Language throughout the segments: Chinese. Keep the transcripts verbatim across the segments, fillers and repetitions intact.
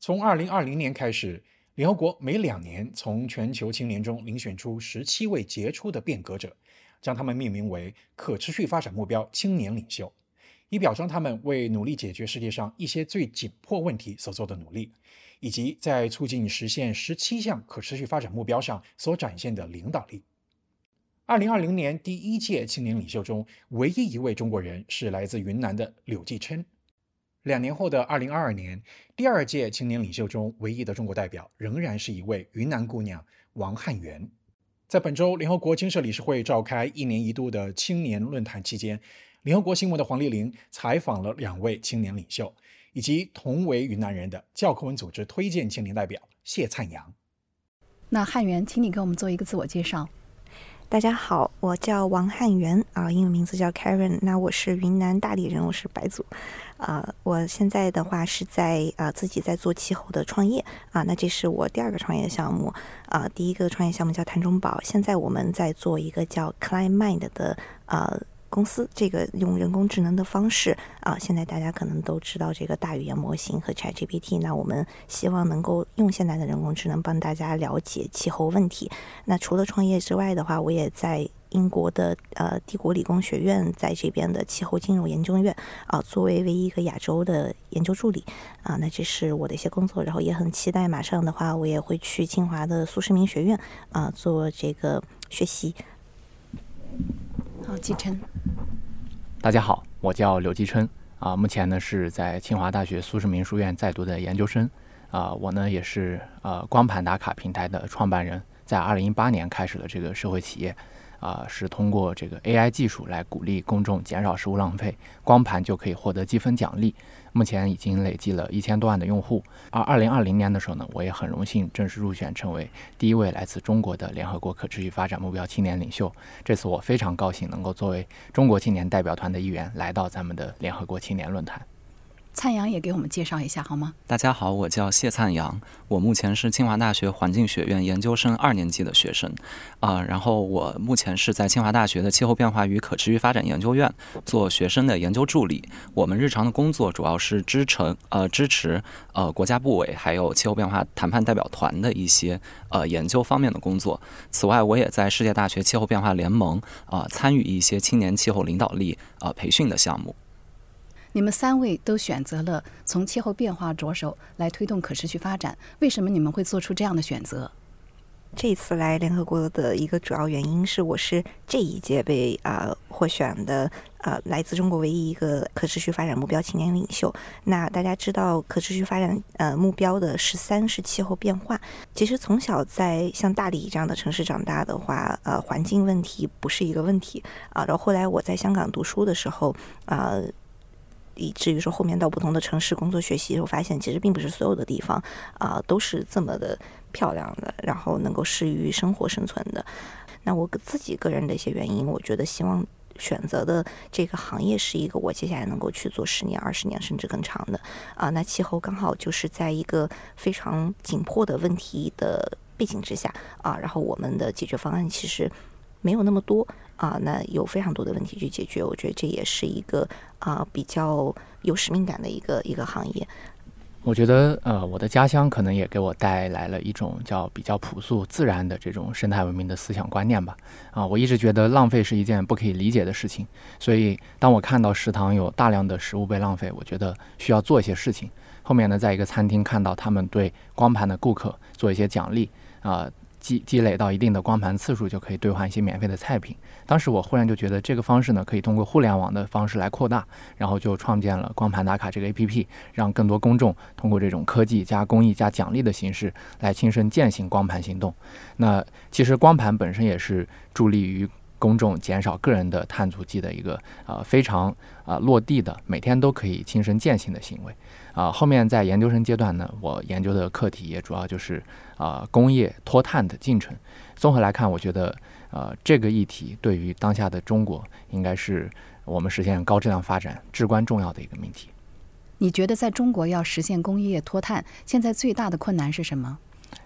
从二零二零年开始，联合国每两年从全球青年中遴选出十七位杰出的变革者，将他们命名为可持续发展目标青年领袖，以表彰他们为努力解决世界上一些最紧迫问题所做的努力，以及在促进实现十七项可持续发展目标上所展现的领导力。二零二零年第一届青年领袖中，唯一一位中国人是来自云南的柳继琛。两年后的二零二二年，第二届青年领袖中唯一的中国代表仍然是一位云南姑娘王汉元。在本周联合国经社理事会召开一年一度的青年论坛期间，联合国新闻的黄丽玲采访了两位青年领袖，以及同为云南人的教科文组织推荐青年代表谢灿阳。 那汉元，请你给我们做一个自我介绍。 大家好，我叫王汉元啊，英文名字叫 Karen。那我是云南大理人，我是白族。啊，我现在的话是在啊自己在做气候的创业啊，那这是我第二个创业项目啊。第一个创业项目叫谭中宝，现在我们在做一个叫 ClimeMind 的啊公司，这个用人工智能的方式啊，现在大家可能都知道这个大语言模型和 ChatGPT， 那我们希望能够用现在的人工智能帮大家了解气候问题。那除了创业之外的话，我也在英国的呃帝国理工学院在这边的气候金融研究院啊，作为唯一一个亚洲的研究助理啊，那这是我的一些工作，然后也很期待马上的话，我也会去清华的苏世民学院啊做这个学习。 好，继琛。 大家好，我叫柳继琛啊，目前呢是在清华大学苏世民书院在读的研究生啊，我呢也是呃光盘打卡平台的创办人，在二零一八年开始了这个社会企业。啊，是通过这个 A I 技术来鼓励公众减少食物浪费，光盘就可以获得积分奖励。目前已经累计了一千多万的用户。而二零二零年的时候呢，我也很荣幸正式入选成为第一位来自中国的联合国可持续发展目标青年领袖。这次我非常高兴能够作为中国青年代表团的一员来到咱们的联合国青年论坛。 灿阳也给我们介绍一下好吗？ 大家好，我叫谢灿阳，我目前是清华大学环境学院研究生二年级的学生啊、呃，然后我目前是在清华大学的气候变化与可持续发展研究院做学生的研究助理。我们日常的工作主要是支持呃支持呃国家部委还有气候变化谈判代表团的一些呃研究方面的工作。此外，我也在世界大学气候变化联盟啊、呃、参与一些青年气候领导力呃培训的项目。 你们三位都选择了从气候变化着手来推动可持续发展，为什么你们会做出这样的选择？ 这次来联合国的一个主要原因是，我是这一届被啊、呃、获选的呃来自中国唯一一个可持续发展目标青年领袖。那大家知道，可持续发展呃目标的十三是气候变化。其实从小在像大理这样的城市长大的话，呃环境问题不是一个问题啊、呃。然后后来我在香港读书的时候啊。呃以至于说后面到不同的城市工作学习，我发现其实并不是所有的地方啊、呃、都是这么的漂亮的，然后能够适于生活生存的。那我自己个人的一些原因，我觉得希望选择的这个行业是一个我接下来能够去做十年、二十年甚至更长的啊、呃。那气候刚好就是在一个非常紧迫的问题的背景之下啊、呃，然后我们的解决方案其实没有那么多啊，那有非常多的问题去解决，我觉得这也是一个啊比较有使命感的一个一个行业。 我觉得呃，我的家乡可能也给我带来了一种叫比较朴素自然的这种生态文明的思想观念吧。啊，我一直觉得浪费是一件不可以理解的事情，所以当我看到食堂有大量的食物被浪费，我觉得需要做一些事情。后面呢，在一个餐厅看到他们对光盘的顾客做一些奖励啊。积积累到一定的光盘次数，就可以兑换一些免费的菜品。当时我忽然就觉得这个方式呢，可以通过互联网的方式来扩大，然后就创建了光盘打卡这个 A P P， 让更多公众通过这种科技加公益加奖励的形式来亲身践行光盘行动。那其实光盘本身也是助力于公众减少个人的碳足迹的一个呃非常啊、呃、落地的每天都可以亲身践行的行为啊、呃。后面在研究生阶段呢，我研究的课题也主要就是啊、呃、工业脱碳的进程。综合来看，我觉得呃这个议题对于当下的中国应该是我们实现高质量发展至关重要的一个命题。 你觉得在中国要实现工业脱碳，现在最大的困难是什么？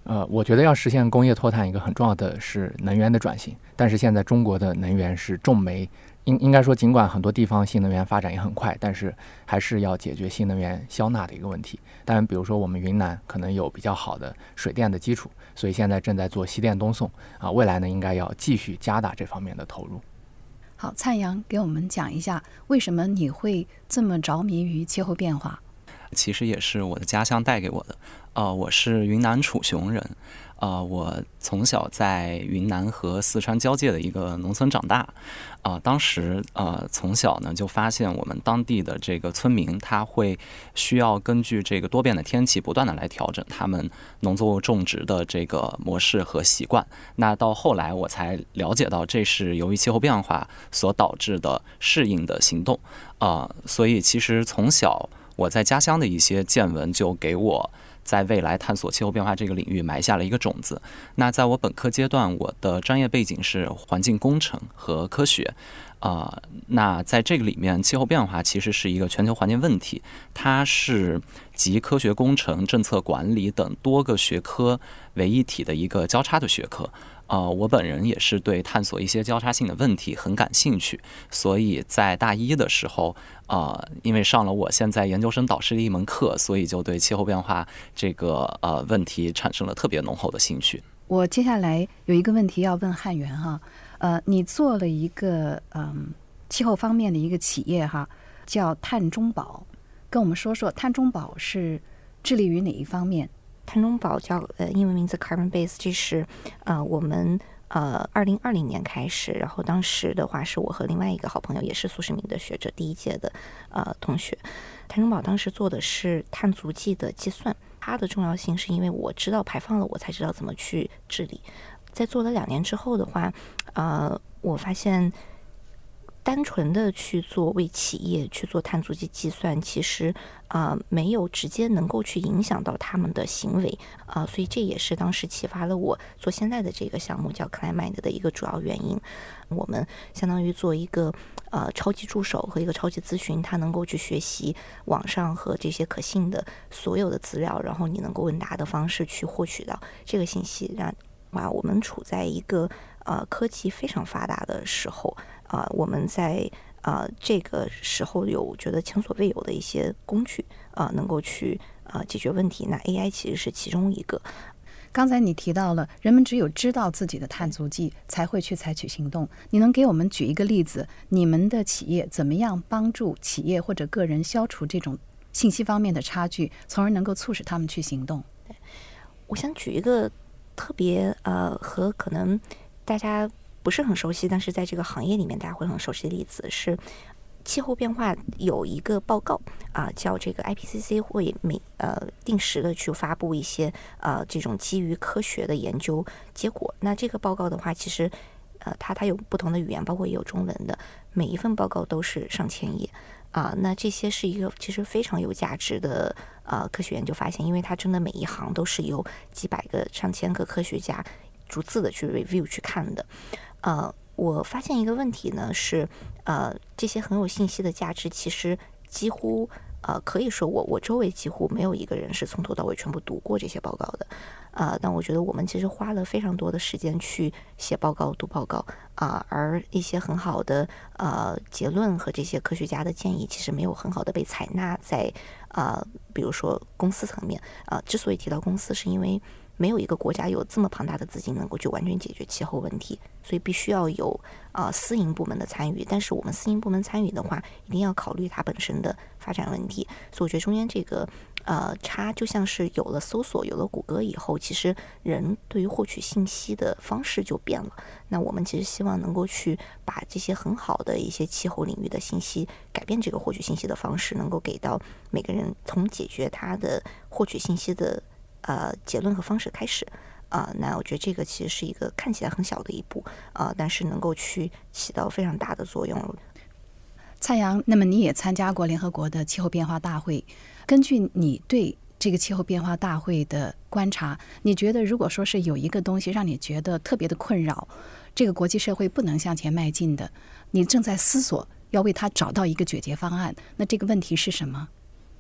呃，我觉得要实现工业脱碳，一个很重要的是能源的转型。但是现在中国的能源是重煤，应应该说，尽管很多地方新能源发展也很快，但是还是要解决新能源消纳的一个问题。当然，比如说我们云南可能有比较好的水电的基础，所以现在正在做西电东送啊，未来呢应该要继续加大这方面的投入。 好，灿阳给我们讲一下，为什么你会这么着迷于气候变化？ 其实也是我的家乡带给我的。呃，我是云南楚雄人，呃，我从小在云南和四川交界的一个农村长大。呃，当时呃从小呢就发现我们当地的这个村民，他会需要根据这个多变的天气，不断的来调整他们农作物种植的这个模式和习惯。那到后来我才了解到，这是由于气候变化所导致的适应的行动。呃，所以其实从小我在家乡的一些见闻，就给我在未来探索气候变化这个领域埋下了一个种子。那在我本科阶段，我的专业背景是环境工程和科学。呃，那在这个里面，气候变化其实是一个全球环境问题，它是集科学工程、政策管理等多个学科为一体的一个交叉的学科。呃，我本人也是对探索一些交叉性的问题很感兴趣，所以在大一的时候，呃，因为上了我现在研究生导师的一门课，所以就对气候变化这个呃问题产生了特别浓厚的兴趣。 我接下来有一个问题要问汉元哈，呃，你做了一个嗯气候方面的一个企业哈，叫碳中宝，跟我们说说碳中宝是致力于哪一方面？ 碳中宝叫呃英文名字 Carbon Base， 这是呃我们呃二零二零年开始，然后当时的话是我和另外一个好朋友，也是苏世民的学者，第一届的呃同学。碳中宝当时做的是碳足迹的计算，它的重要性是因为我知道排放了，我才知道怎么去治理。在做了两年之后的话，呃，我发现单纯的去做为企业去做碳足迹计算，其实啊、呃、没有直接能够去影响到他们的行为啊、呃，所以这也是当时启发了我做现在的这个项目叫 Climate 的一个主要原因。我们相当于做一个呃超级助手和一个超级咨询，它能够去学习网上和这些可信的所有的资料，然后你能够问答的方式去获取到这个信息，让啊我们处在一个呃科技非常发达的时候。啊、呃，我们在啊、呃、这个时候有觉得前所未有的一些工具啊、呃，能够去啊、呃、解决问题。那 A I 其实是其中一个。 刚才你提到了，人们只有知道自己的碳足迹，才会去采取行动。你能给我们举一个例子？你们的企业怎么样帮助企业或者个人消除这种信息方面的差距，从而能够促使他们去行动？ 我想举一个特别呃和可能大家不是很熟悉，但是在这个行业里面大家会很熟悉的例子是，气候变化有一个报告啊、呃，叫这个 I P C C 会每呃定时的去发布一些呃这种基于科学的研究结果。那这个报告的话，其实呃它它有不同的语言，包括也有中文的，每一份报告都是上千页啊、呃。那这些是一个其实非常有价值的呃科学研究发现，因为它真的每一行都是由几百个、上千个科学家逐字的去 review 去看的。呃，我发现一个问题呢是，呃，这些很有信息的价值，其实几乎呃可以说我我周围几乎没有一个人是从头到尾全部读过这些报告的，呃，但我觉得我们其实花了非常多的时间去写报告、读报告啊、呃，而一些很好的呃结论和这些科学家的建议，其实没有很好的被采纳在呃，比如说公司层面啊、呃。之所以提到公司，是因为没有一个国家有这么庞大的资金能够去完全解决气候问题，所以必须要有啊、呃、私营部门的参与。但是我们私营部门参与的话，一定要考虑它本身的发展问题。所以我觉得中间这个呃差，就像是有了搜索、有了谷歌以后，其实人对于获取信息的方式就变了。那我们其实希望能够去把这些很好的一些气候领域的信息，改变这个获取信息的方式，能够给到每个人，从解决他的获取信息的呃，结论和方式开始啊、呃，那我觉得这个其实是一个看起来很小的一步啊、呃，但是能够去起到非常大的作用。 蔡阳，那么你也参加过联合国的气候变化大会，根据你对这个气候变化大会的观察，你觉得如果说是有一个东西让你觉得特别的困扰，这个国际社会不能向前迈进的，你正在思索要为它找到一个解决方案，那这个问题是什么？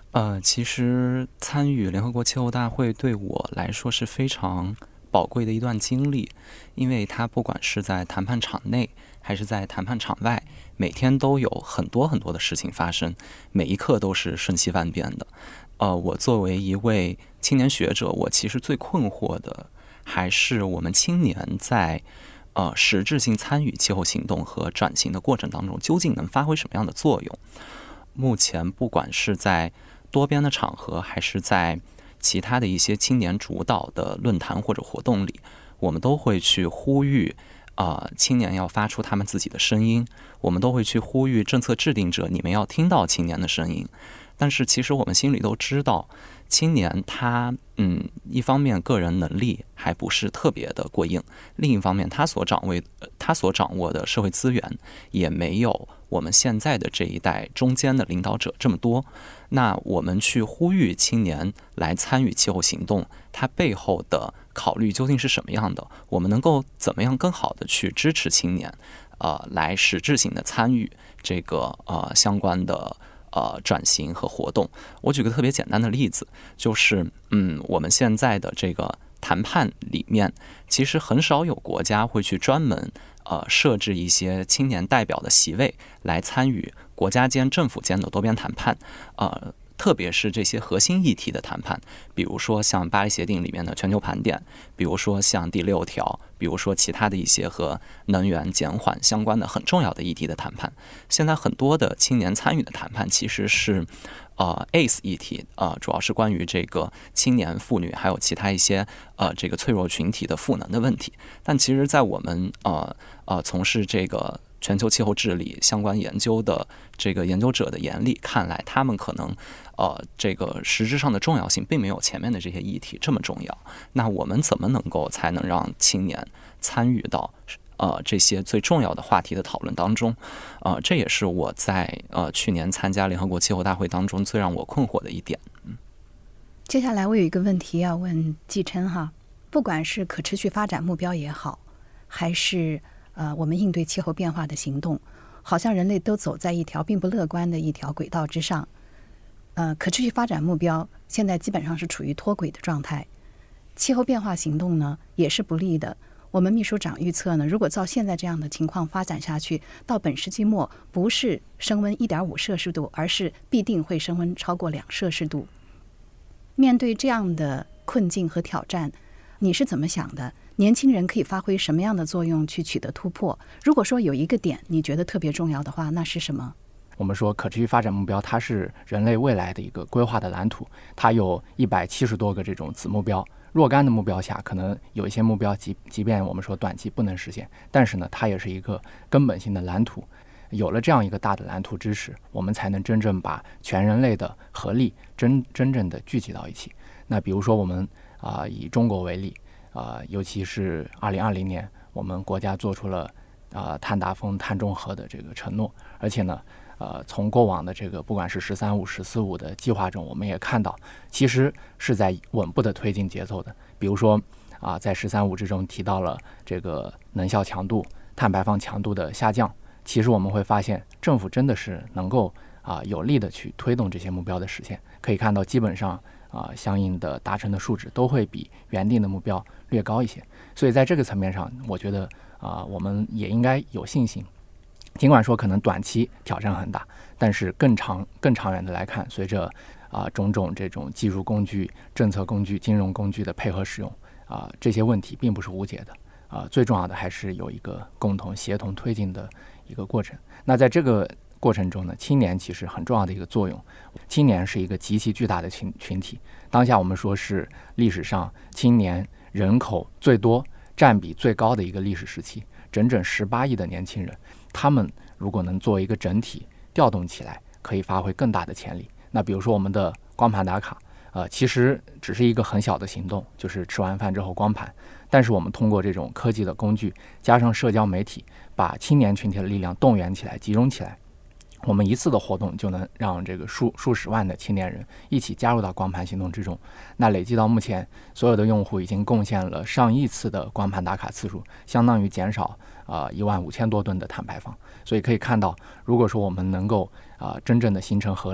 呃，其实参与联合国气候大会对我来说是非常宝贵的一段经历，因为它不管是在谈判场内还是在谈判场外，每天都有很多很多的事情发生，每一刻都是瞬息万变的。呃，我作为一位青年学者，我其实最困惑的还是我们青年在呃实质性参与气候行动和转型的过程当中，究竟能发挥什么样的作用？目前不管是在多边的场合，还是在其他的一些青年主导的论坛或者活动里，我们都会去呼吁啊、呃，青年要发出他们自己的声音，我们都会去呼吁政策制定者，你们要听到青年的声音。但是其实我们心里都知道，青年他嗯，一方面个人能力还不是特别的过硬，另一方面他所掌握他所掌握的社会资源也没有我们现在的这一代中间的领导者这么多。那我们去呼吁青年来参与气候行动，它背后的考虑究竟是什么样的？我们能够怎么样更好的去支持青年，呃，来实质性的参与这个呃相关的呃转型和活动？我举个特别简单的例子，就是嗯，我们现在的这个谈判里面，其实很少有国家会去专门呃设置一些青年代表的席位来参与国家间、政府间的多边谈判，呃，特别是这些核心议题的谈判，比如说像巴黎协定里面的全球盘点，比如说像第六条，比如说其他的一些和能源减缓相关的很重要的议题的谈判。现在很多的青年参与的谈判其实是呃 A C E 议题，呃，主要是关于这个青年妇女还有其他一些呃这个脆弱群体的赋能的问题。但其实在我们呃呃从事这个全球气候治理相关研究的这个研究者的眼里看来，他们可能呃这个实质上的重要性并没有前面的这些议题这么重要。那我们怎么能够才能让青年参与到呃这些最重要的话题的讨论当中？呃，这也是我在呃去年参加联合国气候大会当中最让我困惑的一点。嗯， 接下来我有一个问题要问季琛哈，不管是可持续发展目标也好，还是呃，我们应对气候变化的行动，好像人类都走在一条并不乐观的一条轨道之上。呃，可持续发展目标现在基本上是处于脱轨的状态，气候变化行动呢也是不利的。我们秘书长预测呢，如果照现在这样的情况发展下去，到本世纪末不是升温 一点五 摄氏度，而是必定会升温超过两摄氏度。面对这样的困境和挑战，你是怎么想的？年轻人可以发挥什么样的作用去取得突破？如果说有一个点你觉得特别重要的话，那是什么？ 我们说可持续发展目标，它是人类未来的一个规划的蓝图，它有一百七十多个这种子目标。若干的目标下，可能有一些目标即即便我们说短期不能实现，但是呢，它也是一个根本性的蓝图。有了这样一个大的蓝图支持，我们才能真正把全人类的合力真真正的聚集到一起。那比如说我们啊、呃，以中国为例。呃，尤其是二零二零年，我们国家做出了呃碳达峰、碳中和的这个承诺，而且呢，呃，从过往的这个不管是“十三五”、“十四五”的计划中，我们也看到，其实是在稳步的推进节奏的。比如说啊、呃，在“十三五”之中提到了这个能效强度、碳排放强度的下降，其实我们会发现，政府真的是能够啊、呃、有力的去推动这些目标的实现。可以看到，基本上啊、呃、相应的达成的数值都会比原定的目标略高一些，所以在这个层面上，我觉得啊、呃，我们也应该有信心。尽管说可能短期挑战很大，但是更长、更长远的来看，随着啊、呃、种种这种技术工具、政策工具、金融工具的配合使用啊、呃，这些问题并不是无解的啊、呃。最重要的还是有一个共同协同推进的一个过程。那在这个过程中呢，青年其实很重要的一个作用。青年是一个极其巨大的群群体，当下我们说是历史上青年人口最多、占比最高的一个历史时期，整整十八亿的年轻人，他们如果能做一个整体调动起来，可以发挥更大的潜力。那比如说我们的光盘打卡，呃，其实只是一个很小的行动，就是吃完饭之后光盘。但是我们通过这种科技的工具，加上社交媒体，把青年群体的力量动员起来、集中起来。我们一次的活动就能让这个数数十万的青年人一起加入到光盘行动之中。那累计到目前，所有的用户已经贡献了上亿次的光盘打卡次数，相当于减少啊一万五千多吨的碳排放。所以可以看到，如果说我们能够啊、呃、真正的形成合力，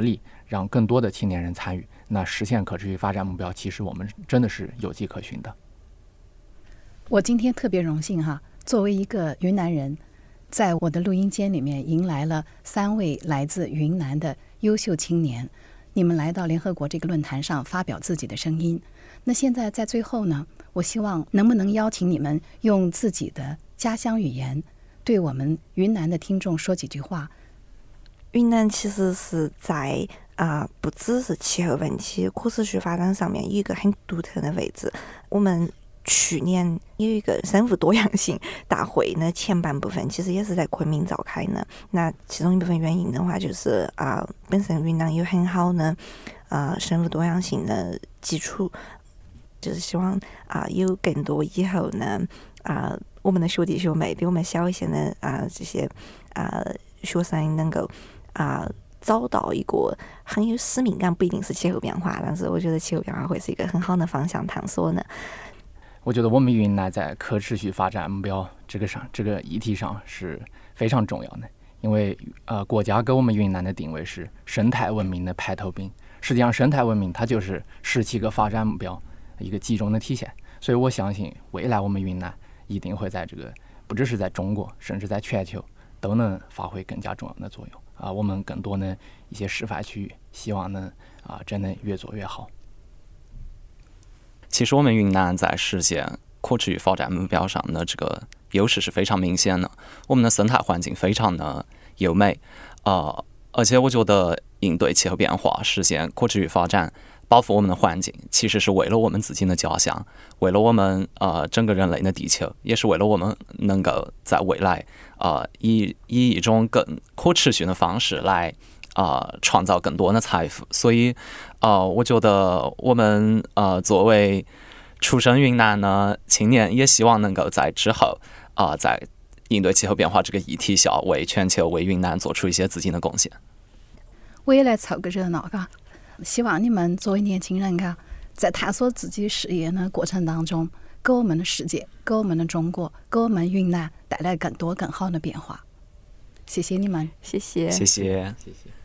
让更多的青年人参与，那实现可持续发展目标，其实我们真的是有迹可循的。 我今天特别荣幸哈，作为一个云南人，在我的录音间里面迎来了三位来自云南的优秀青年，你们来到联合国这个论坛上发表自己的声音。那现在在最后呢，我希望能不能邀请你们用自己的家乡语言对我们云南的听众说几句话。 云南其实是在啊、呃，不只是气候问题，可持续发展上面有一个很独特的位置。我们去年有一个生物多样性大会呢，前半部分其实也是在昆明召开呢。那其中一部分原因的话，就是啊、呃，本身云南有很好的啊、呃、生物多样性的基础，就是希望啊、呃、有更多以后呢啊、呃、我们的学弟学妹比我们小一些的啊、呃、这些啊、呃、学生能够啊、呃找到一个很有使命感，不一定是气候变化，但是我觉得气候变化会是一个很好的方向探索呢。 我觉得我们云南在可持续发展目标这个上这个议题上是非常重要的，因为呃国家给我们云南的定位是生态文明的排头兵，实际上生态文明它就是十七个发展目标一个集中的体现，所以我相信未来我们云南一定会在这个不只是在中国，甚至在全球都能发挥更加重要的作用啊！我们更多的一些示范区域，希望能啊真的越做越好。 其实我们云南在实现可持续发展目标上的这个优势是非常明显的，我们的生态环境非常的优美，呃，而且我觉得应对气候变化、实现可持续发展、保护我们的环境，其实是为了我们自己的家乡，为了我们呃整个人类的地球，也是为了我们能够在未来呃以以一种更可持续的方式来呃创造更多的财富。所以呃，我觉得我们呃作为出身云南的青年，也希望能够在之后啊、呃，在应对气候变化这个议题下，为全球、为云南做出一些自己的贡献。 我也来凑个热闹，嘎！希望你们作为年轻人，嘎，在探索自己事业的过程当中，给我们的世界、给我们的中国、给我们云南带来更多更好的变化。谢谢你们， 谢谢， 谢谢， 谢谢。